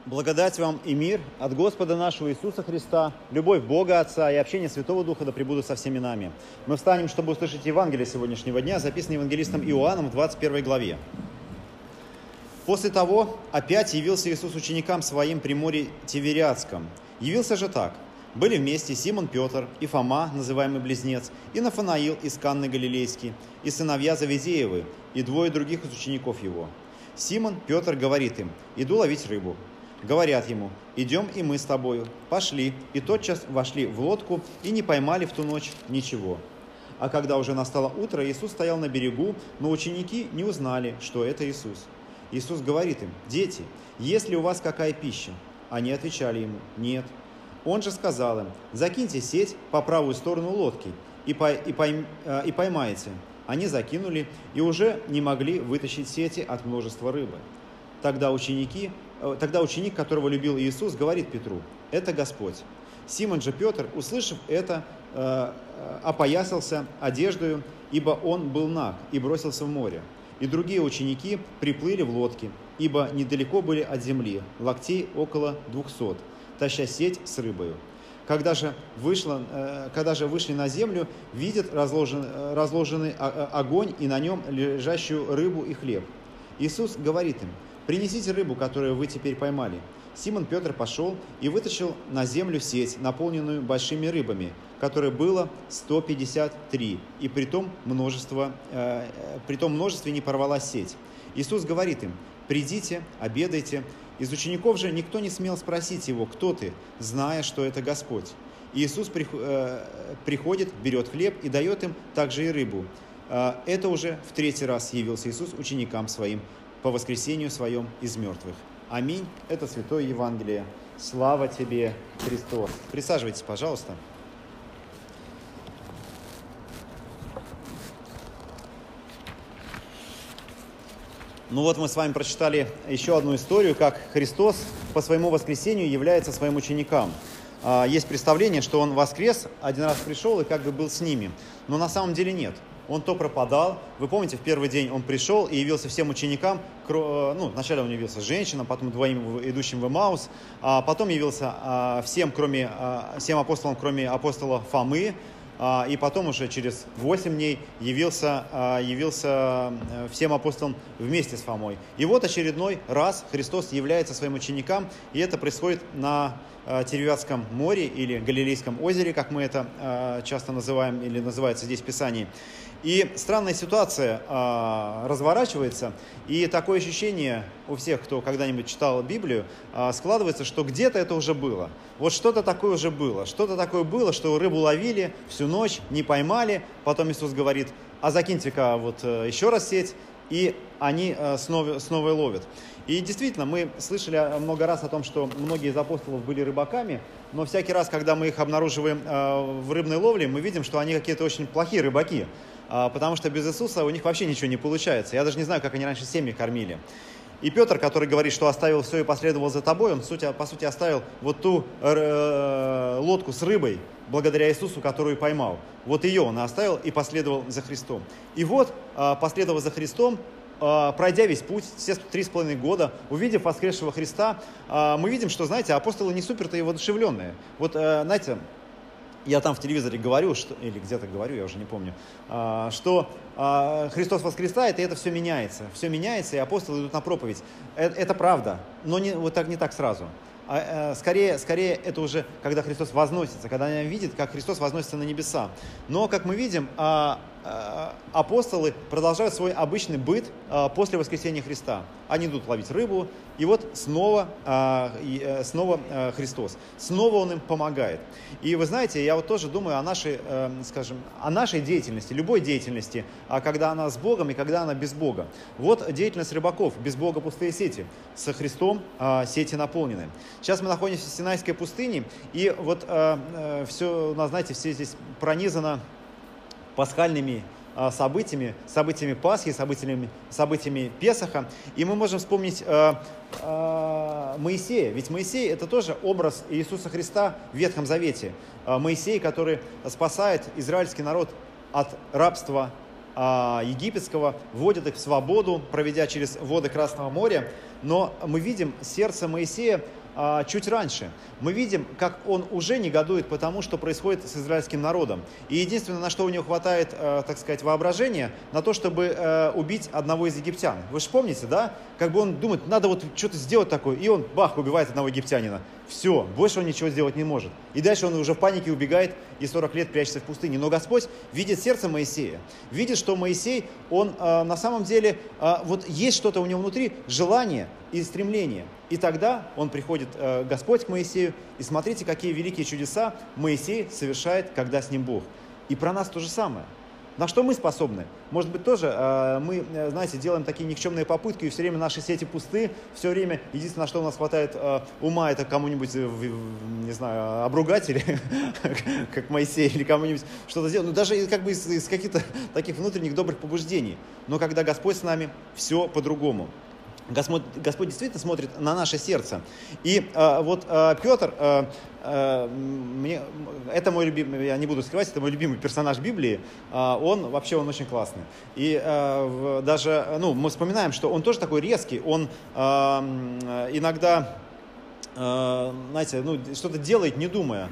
Благодать вам и мир от Господа нашего Иисуса Христа, любовь Бога Отца и общение Святого Духа да пребудут со всеми нами. Мы встанем, чтобы услышать Евангелие сегодняшнего дня, записанное евангелистом Иоанном в 21 главе. После того опять явился Иисус ученикам своим при море Тивериадском. Явился же так. Были вместе Симон Петр и Фома, называемый Близнец, и Нафанаил из Канны Галилейский, и сыновья Завидеевы, и двое других из учеников его. Симон Петр говорит им: «Иду ловить рыбу». Говорят ему: «Идем и мы с тобою». Пошли, и тотчас вошли в лодку, и не поймали в ту ночь ничего. А когда уже настало утро, Иисус стоял на берегу, но ученики не узнали, что это Иисус. Иисус говорит им: «Дети, есть ли у вас какая пища?» Они отвечали ему: «Нет». Он же сказал им: «Закиньте сеть по правую сторону лодки, и поймаете». Они закинули, и уже не могли вытащить сети от множества рыбы. Тогда ученик, которого любил Иисус, говорит Петру: «Это Господь». Симон же Петр, услышав это, опоясался одеждою, ибо он был наг, и бросился в море. И другие ученики приплыли в лодке, ибо недалеко были от земли, локтей около 200, таща сеть с рыбою. Когда же вышли на землю, видят разложенный огонь и на нем лежащую рыбу и хлеб. Иисус говорит им: «Принесите рыбу, которую вы теперь поймали». Симон Петр пошел и вытащил на землю сеть, наполненную большими рыбами, которой было 153, и при том множестве не порвалась сеть. Иисус говорит им: «Придите, обедайте». Из учеников же никто не смел спросить его: «Кто ты?», зная, что это Господь. Иисус приходит, берет хлеб и дает им также и рыбу. Это уже в 3-й раз явился Иисус ученикам своим по воскресению своем из мертвых. Аминь. Это Святое Евангелие. Слава тебе, Христос. Присаживайтесь, пожалуйста. Ну вот мы с вами прочитали еще одну историю, как Христос по своему воскресению является своим ученикам. Есть представление, что Он воскрес, один раз пришел и как бы был с ними. Но на самом деле нет. Он то пропадал. Вы помните, в первый день Он пришел и явился всем ученикам. Вначале Он явился женщинам, потом двоим идущим в Эмаус, а потом явился всем апостолам, кроме апостола Фомы. И потом уже через 8 дней явился всем апостолам вместе с Фомой. И вот очередной раз Христос является своим ученикам, и это происходит на Тивериадском море или Галилейском озере, как мы это часто называем, или называется здесь в Писании. И странная ситуация разворачивается, и такое ощущение у всех, кто когда-нибудь читал Библию, складывается, что где-то это уже было. Вот что-то такое уже было. Что-то такое было, что рыбу ловили всю ночь, не поймали. Потом Иисус говорит: «А закиньте-ка еще раз сеть», и они снова ловят. И действительно, мы слышали много раз о том, что многие из апостолов были рыбаками, но всякий раз, когда мы их обнаруживаем в рыбной ловле, мы видим, что они какие-то очень плохие рыбаки, потому что без Иисуса у них вообще ничего не получается. Я даже не знаю, как они раньше семьи кормили. И Петр, который говорит, что оставил все и последовал за тобой, он, по сути, оставил вот ту лодку с рыбой, благодаря Иисусу, которую поймал. Вот ее он оставил и последовал за Христом. И вот, последовав за Христом, пройдя весь путь, все 3,5 года, увидев воскресшего Христа, мы видим, что, знаете, апостолы не супер-то и воодушевленные. Вот, знаете, я там в телевизоре говорю, или где-то говорю, я уже не помню, что Христос воскресает, и это все меняется. Все меняется, и апостолы идут на проповедь. Это правда, но не так сразу. Скорее это уже, когда Христос возносится, когда они видят, как Христос возносится на небеса. Но, как мы видим, апостолы продолжают свой обычный быт после воскресения Христа. Они идут ловить рыбу, и вот снова Христос. Снова Он им помогает. И вы знаете, я вот тоже думаю о нашей деятельности, любой деятельности, когда она с Богом и когда она без Бога. Вот деятельность рыбаков: без Бога пустые сети, со Христом сети наполнены. Сейчас мы находимся в Синайской пустыне, и вот все у нас, знаете, все здесь пронизано пасхальными событиями Пасхи, событиями Песаха. И мы можем вспомнить Моисея. Ведь Моисей – это тоже образ Иисуса Христа в Ветхом Завете. Моисей, который спасает израильский народ от рабства египетского, вводит их в свободу, проведя через воды Красного моря. Но мы видим сердце Моисея чуть раньше. Мы видим, как он уже негодует по тому, что происходит с израильским народом. И единственное, на что у него хватает, так сказать, воображения, на то, чтобы убить одного из египтян. Вы же помните, да? Как бы он думает, надо вот что-то сделать такое, и он, бах, убивает одного египтянина. Все, больше он ничего сделать не может. И дальше он уже в панике убегает и 40 лет прячется в пустыне. Но Господь видит сердце Моисея, видит, что Моисей, он на самом деле, вот есть что-то у него внутри, желание и стремление. И тогда он приходит, Господь к Моисею, и смотрите, какие великие чудеса Моисей совершает, когда с ним Бог. И про нас то же самое. На что мы способны? Может быть, тоже мы, знаете, делаем такие никчемные попытки, и все время наши сети пусты, все время единственное, на что у нас хватает ума, это кому-нибудь, не знаю, обругать, или как Моисей, или кому-нибудь что-то сделать. Ну, даже как бы из каких-то таких внутренних добрых побуждений. Но когда Господь с нами, все по-другому. Господь действительно смотрит на наше сердце. И вот Петр, это мой любимый, я не буду скрывать, это мой любимый персонаж Библии. Он очень классный. И даже, мы вспоминаем, что он тоже такой резкий. Он иногда, знаете, что-то делает, не думая.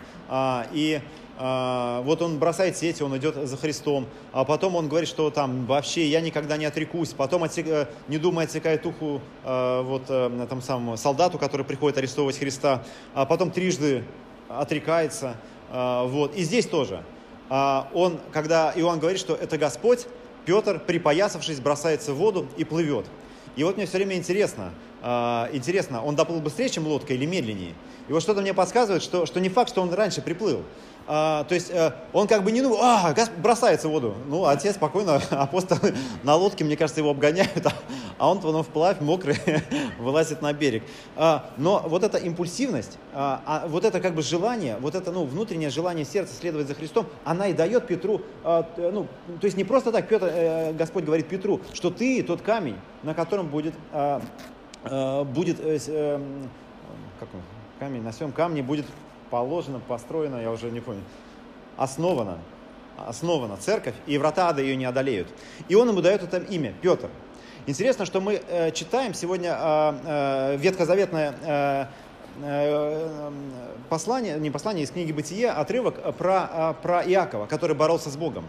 Вот он бросает сети, он идет за Христом, а потом он говорит, что там вообще я никогда не отрекусь, потом не думая отсекает уху тому самому солдату, который приходит арестовывать Христа, а потом трижды отрекается, и здесь тоже. Когда Иоанн говорит, что это Господь, Петр, припоясавшись, бросается в воду и плывет. И вот мне все время интересно, он доплыл быстрее, чем лодка, или медленнее? И вот что-то мне подсказывает, что не факт, что он раньше приплыл. То есть он как бы не думал, бросается в воду. Отец спокойно, апостолы на лодке, мне кажется, его обгоняют, а он вплавь, мокрый, вылазит на берег. Но вот эта импульсивность, вот это как бы желание, вот это внутреннее желание сердца следовать за Христом, она и дает Петру, то есть не просто так Господь говорит Петру, что ты тот камень, на котором будет камень, на всем камне будет положено, построено, я уже не помню, основана церковь, и врата ада ее не одолеют. И он ему дает это имя, Петр. Интересно, что мы читаем сегодня ветхозаветное послание, не послание, из книги Бытия, отрывок про Иакова, который боролся с Богом.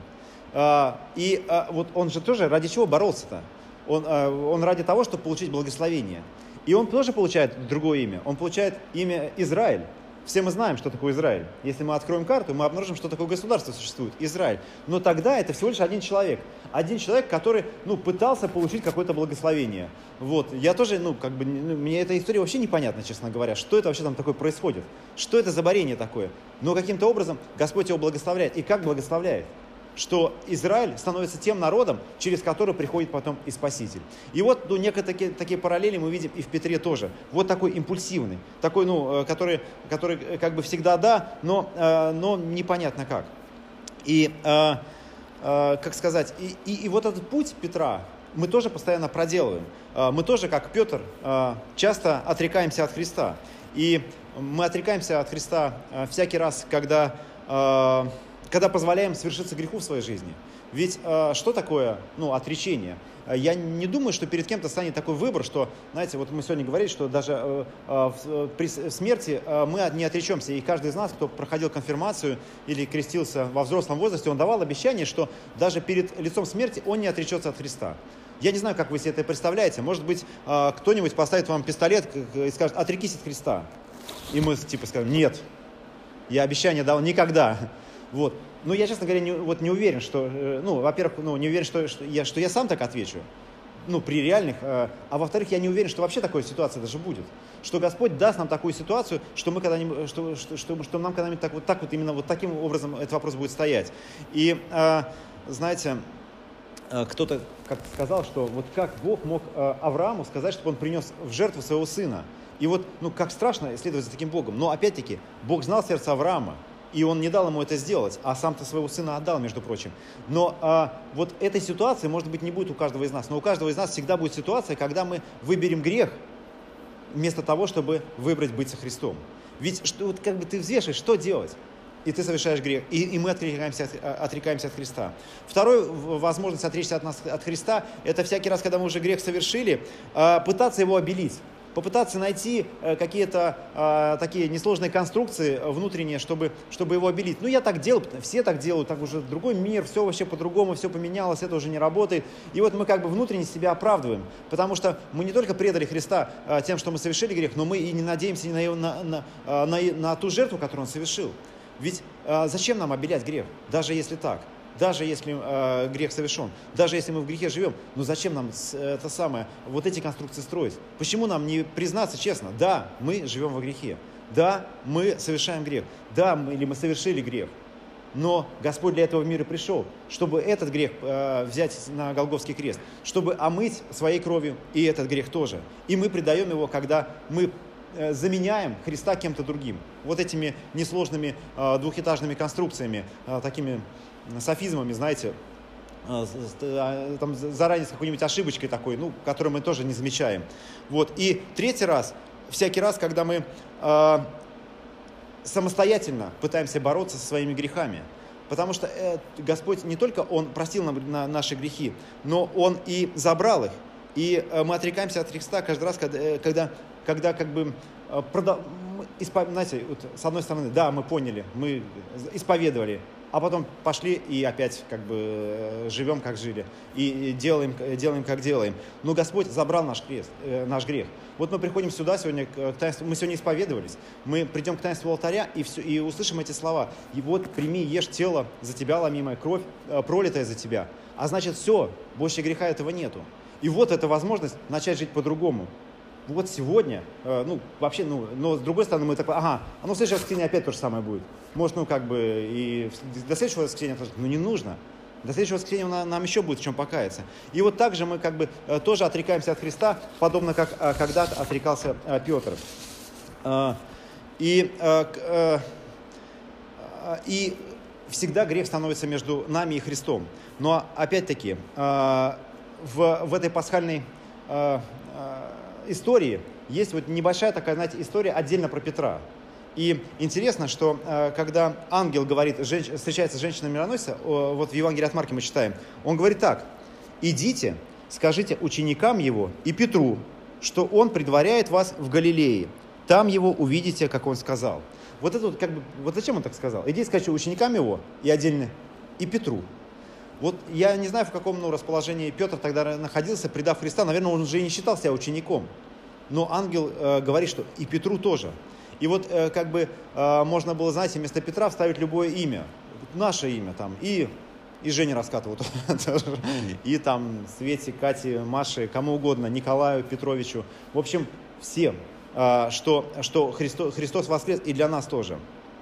И вот он же тоже ради чего боролся-то? Он ради того, чтобы получить благословение. И он тоже получает другое имя. Он получает имя Израиль. Все мы знаем, что такое Израиль. Если мы откроем карту, мы обнаружим, что такое государство существует. Израиль. Но тогда это всего лишь один человек. Один человек, который, пытался получить какое-то благословение. Я тоже, мне эта история вообще непонятна, честно говоря. Что это вообще там такое происходит? Что это за борение такое? Но каким-то образом Господь его благословляет. И как благословляет? Что Израиль становится тем народом, через который приходит потом и Спаситель. И вот некоторые такие параллели мы видим и в Петре тоже. Вот такой импульсивный, такой, который как бы всегда да, но непонятно как. И, как сказать, и вот этот путь Петра мы тоже постоянно проделываем. Мы тоже, как Петр, часто отрекаемся от Христа. И мы отрекаемся от Христа всякий раз, когда позволяем свершиться греху в своей жизни. Ведь что такое, отречение? Я не думаю, что перед кем-то станет такой выбор, что, знаете, вот мы сегодня говорили, что даже при смерти мы не отречемся. И каждый из нас, кто проходил конфирмацию или крестился во взрослом возрасте, он давал обещание, что даже перед лицом смерти он не отречется от Христа. Я не знаю, как вы себе это представляете. Может быть, кто-нибудь поставит вам пистолет и скажет: отрекись от Христа. И мы скажем: нет, я обещание дал никогда. Но я, честно говоря, не уверен, что, во-первых, не уверен, что я сам так отвечу, при реальных, а во-вторых, я не уверен, что вообще такая ситуация даже будет, что Господь даст нам такую ситуацию, что мы когда-нибудь, что нам когда-нибудь именно таким образом этот вопрос будет стоять. И, знаете, кто-то как-то сказал, что как Бог мог Аврааму сказать, чтобы он принес в жертву своего сына. И как страшно следовать за таким Богом. Но опять-таки, Бог знал сердце Авраама. И он не дал ему это сделать, а сам-то своего сына отдал, между прочим. Но вот этой ситуации, может быть, не будет у каждого из нас. Но у каждого из нас всегда будет ситуация, когда мы выберем грех, вместо того, чтобы выбрать быть со Христом. Ведь ты взвешиваешь, что делать? и ты совершаешь грех, и мы отрекаемся от Христа. Второй возможность отречься от Христа, это всякий раз, когда мы уже грех совершили, пытаться его обелить. Попытаться найти какие-то такие несложные конструкции внутренние, чтобы его обелить. Ну, я так делал, все так делают, так уже другой мир, все вообще по-другому, все поменялось, это уже не работает. И вот мы как бы внутренне себя оправдываем, потому что мы не только предали Христа тем, что мы совершили грех, но мы и не надеемся на ту жертву, которую Он совершил. Ведь зачем нам обелять грех, даже если так? Даже если грех совершен, даже если мы в грехе живем, ну зачем нам вот эти конструкции строить? Почему нам не признаться честно? Да, мы живем во грехе. Да, мы совершаем грех. Да, мы совершили грех. Но Господь для этого в мир и пришел, чтобы этот грех взять на Голгофский крест, чтобы омыть своей кровью и этот грех тоже. И мы предаем его, когда мы заменяем Христа кем-то другим. Вот этими несложными двухэтажными конструкциями, такими софизмами, знаете, там заранее с какой-нибудь ошибочкой такой, которую мы тоже не замечаем. Вот. И третий раз, всякий раз, когда мы самостоятельно пытаемся бороться со своими грехами. Потому что Господь не только Он простил нам наши грехи, но Он и забрал их. И мы отрекаемся от Христа каждый раз, когда как бы, знаете, вот, с одной стороны, да, мы поняли, мы исповедовали, а потом пошли и опять как бы живем, как жили, и делаем, как делаем. Но Господь забрал наш грех. Вот мы приходим сюда сегодня к таинству, мы сегодня исповедовались, мы придем к таинству алтаря и услышим эти слова. И вот прими, ешь тело за тебя ломимая, кровь пролитая за тебя. А значит все, больше греха этого нету. И вот эта возможность начать жить по-другому. Вот сегодня, но с другой стороны мы такой, в следующее воскресенье опять то же самое будет. Может, и до следующего воскресенья тоже, не нужно. До следующего воскресенья нам еще будет в чем покаяться. И вот так же мы как бы тоже отрекаемся от Христа, подобно как когда-то отрекался Петр. И всегда грех становится между нами и Христом. Но опять-таки в этой пасхальной истории есть вот небольшая такая, знаете, история отдельно про Петра. И интересно, что когда ангел встречается с женщиной-мироносицей, вот в Евангелии от Марка мы читаем, он говорит так: «Идите, скажите ученикам его и Петру, что он предваряет вас в Галилее. Там его увидите, как он сказал». Вот это вот как бы, вот зачем он так сказал? Иди, скажите ученикам его и отдельно, и Петру. Вот я не знаю, в каком расположении Петр тогда находился, предав Христа. Наверное, он уже и не считал себя учеником. Но ангел говорит, что и Петру тоже. И вот как бы можно было, знаете, вместо Петра вставить любое имя. Наше имя там. И Жене Раскатову, и там Свете, Кате, Маше, кому угодно, Николаю Петровичу. В общем, всем, что Христос воскрес и для нас тоже.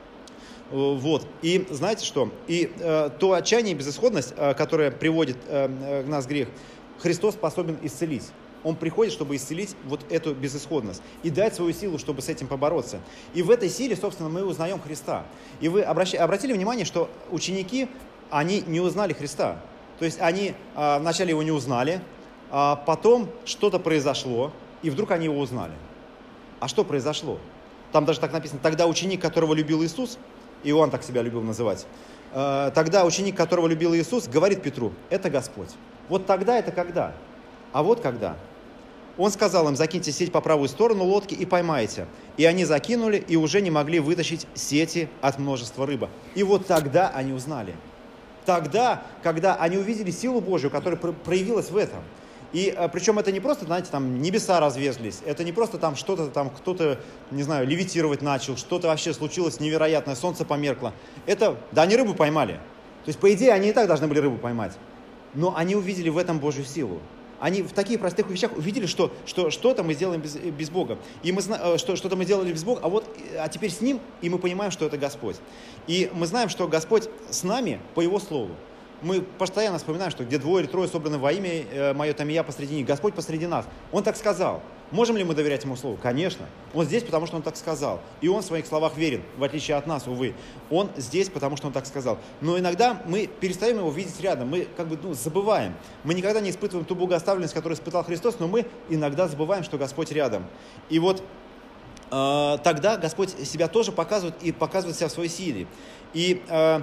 Вот. И знаете что? И то отчаяние и безысходность, которое приводит нас грех, Христос способен исцелить. Он приходит, чтобы исцелить вот эту безысходность и дать свою силу, чтобы с этим побороться. И в этой силе, собственно, мы узнаем Христа. И вы обратили внимание, что ученики, они не узнали Христа. То есть они вначале его не узнали, а потом что-то произошло, и вдруг они его узнали. А что произошло? Там даже так написано: тогда ученик, которого любил Иисус, Иоанн так себя любил называть, тогда ученик, которого любил Иисус, говорит Петру: это Господь. Вот тогда это когда? А вот когда? Он сказал им: закиньте сеть по правую сторону лодки и поймайте. И они закинули, и уже не могли вытащить сети от множества рыбы. И вот тогда они узнали. Тогда, когда они увидели силу Божию, которая проявилась в этом. И причем это не просто, знаете, там небеса разверзлись, это не просто там что-то там кто-то, не знаю, левитировать начал, что-то вообще случилось невероятное, солнце померкло. Это, да, они рыбу поймали. То есть, по идее, они и так должны были рыбу поймать. Но они увидели в этом Божью силу. Они в таких простых вещах увидели, что что-то мы сделаем без Бога. И мы знаем, что-то мы делали без Бога, а теперь с Ним, и мы понимаем, что это Господь. И мы знаем, что Господь с нами по Его Слову. Мы постоянно вспоминаем, что где двое или трое собраны во имя Мое, там и я посреди них. Господь посреди нас. Он так сказал. Можем ли мы доверять Ему Слову? Конечно. Он здесь, потому что Он так сказал. И Он в своих словах верен, в отличие от нас, увы. Он здесь, потому что Он так сказал. Но иногда мы перестаем Его видеть рядом. Мы как бы забываем. Мы никогда не испытываем ту богооставленность, которую испытал Христос, но мы иногда забываем, что Господь рядом. И вот тогда Господь себя тоже показывает и показывает себя в своей силе. И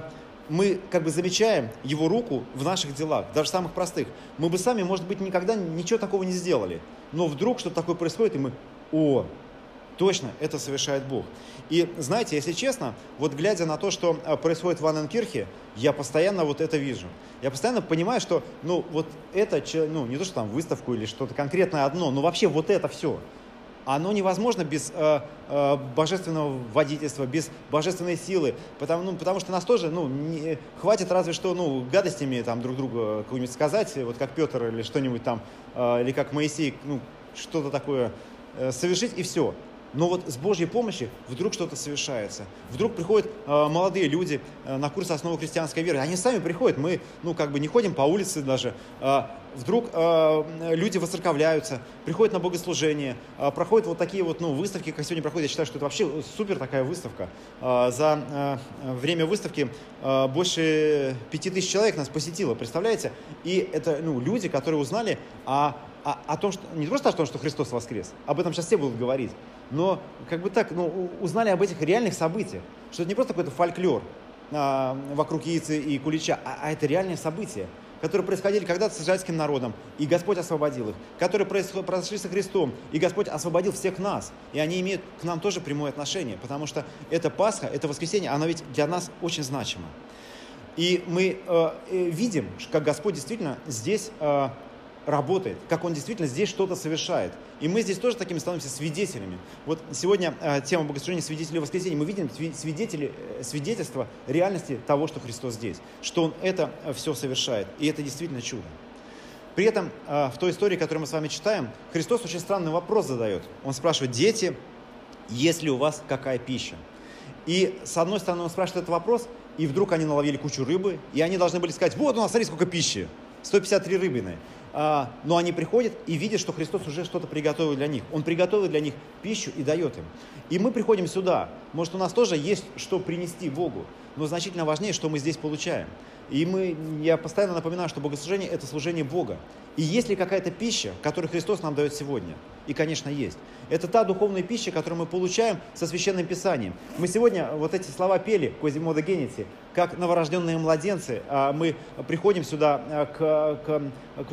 мы как бы замечаем Его руку в наших делах, даже самых простых. Мы бы сами, может быть, никогда ничего такого не сделали. Но вдруг что-то такое происходит, и мы, точно, это совершает Бог. И знаете, если честно, вот глядя на то, что происходит в Анненкирхе, я постоянно вот это вижу. Я постоянно понимаю, что, вот это, не то, что там выставку или что-то конкретное одно, но вообще вот это все. Оно невозможно без божественного водительства, без божественной силы, потому что нас тоже, не хватит разве что, гадостями там друг другу какую-нибудь сказать, вот как Петр или что-нибудь там, или как Моисей, что-то такое совершить и все. Но вот с Божьей помощью вдруг что-то совершается. Вдруг приходят молодые люди на курс основы христианской веры. Они сами приходят, мы, не ходим по улице даже. Вдруг люди воцерковляются, приходят на богослужение, проходят вот такие вот, выставки, как сегодня проходят. Я считаю, что это вообще супер такая выставка. За время выставки больше 5000 человек нас посетило, представляете? И это, люди, которые узнали о том, что не просто о том, что Христос воскрес, об этом сейчас все будут говорить, но узнали об этих реальных событиях, что это не просто какой-то фольклор вокруг яйца и кулича, а это реальные события, которые происходили когда-то с израильским народом, и Господь освободил их, которые произошли со Христом, и Господь освободил всех нас, и они имеют к нам тоже прямое отношение, потому что это Пасха, это воскресенье, оно ведь для нас очень значимо. И мы видим, как Господь действительно здесь работает, как Он действительно здесь что-то совершает. И мы здесь тоже такими становимся свидетелями. Вот сегодня тема богослужения «Свидетели воскресения». Мы видим свидетельство реальности того, что Христос здесь, что Он это все совершает. И это действительно чудо. При этом в той истории, которую мы с вами читаем, Христос очень странный вопрос задает. Он спрашивает: дети, есть ли у вас какая пища? И с одной стороны Он спрашивает этот вопрос, и вдруг они наловили кучу рыбы, и они должны были сказать: вот у нас, смотри, сколько пищи, 153 рыбины. Но они приходят и видят, что Христос уже что-то приготовил для них. Он приготовил для них пищу и дает им. И мы приходим сюда. Может, у нас тоже есть что принести Богу, но значительно важнее, что мы здесь получаем. И я постоянно напоминаю, что богослужение – это служение Бога. И есть ли какая-то пища, которую Христос нам дает сегодня? И, конечно, есть. Это та духовная пища, которую мы получаем со Священным Писанием. Мы сегодня вот эти слова пели, «Козимода генити», как новорожденные младенцы. Мы приходим сюда к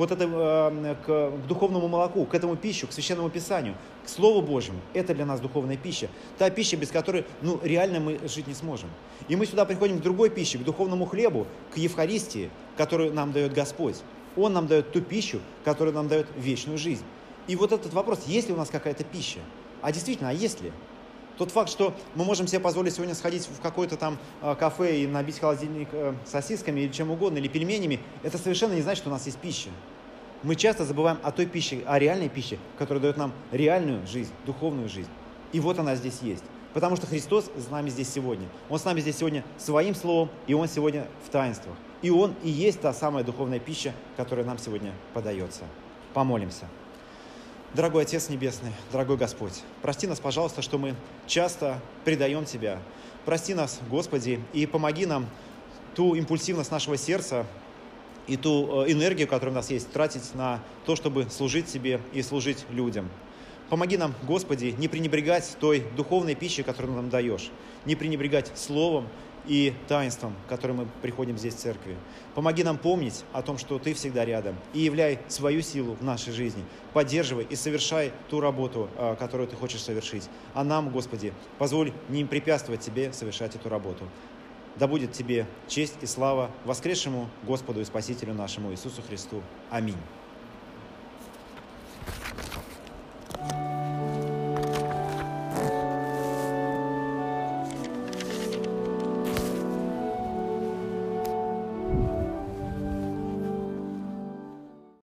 духовному молоку, к этому пищу, к Священному Писанию, к Слову Божьему. Это для нас духовная пища. Та пища, без которой, реально мы жить не сможем. И мы сюда приходим к другой пище, к духовному хлебу, к Евхаристии, которую нам дает Господь. Он нам дает ту пищу, которая нам дает вечную жизнь. И вот этот вопрос, есть ли у нас какая-то пища? А действительно, есть ли? Тот факт, что мы можем себе позволить сегодня сходить в какое-то там кафе и набить холодильник сосисками или чем угодно, или пельменями, это совершенно не значит, что у нас есть пища. Мы часто забываем о той пище, о реальной пище, которая дает нам реальную жизнь, духовную жизнь. И вот она здесь есть. Потому что Христос с нами здесь сегодня. Он с нами здесь сегодня своим словом, и Он сегодня в таинствах. И Он и есть та самая духовная пища, которая нам сегодня подается. Помолимся. Дорогой Отец Небесный, дорогой Господь, прости нас, пожалуйста, что мы часто предаем Тебя. Прости нас, Господи, и помоги нам ту импульсивность нашего сердца и ту энергию, которая у нас есть, тратить на то, чтобы служить Тебе и служить людям. Помоги нам, Господи, не пренебрегать той духовной пищей, которую нам даешь, не пренебрегать словом и таинством, к которым мы приходим здесь в церкви. Помоги нам помнить о том, что Ты всегда рядом, и являй свою силу в нашей жизни. Поддерживай и совершай ту работу, которую Ты хочешь совершить. А нам, Господи, позволь не препятствовать Тебе совершать эту работу. Да будет Тебе честь и слава воскресшему Господу и Спасителю нашему Иисусу Христу. Аминь.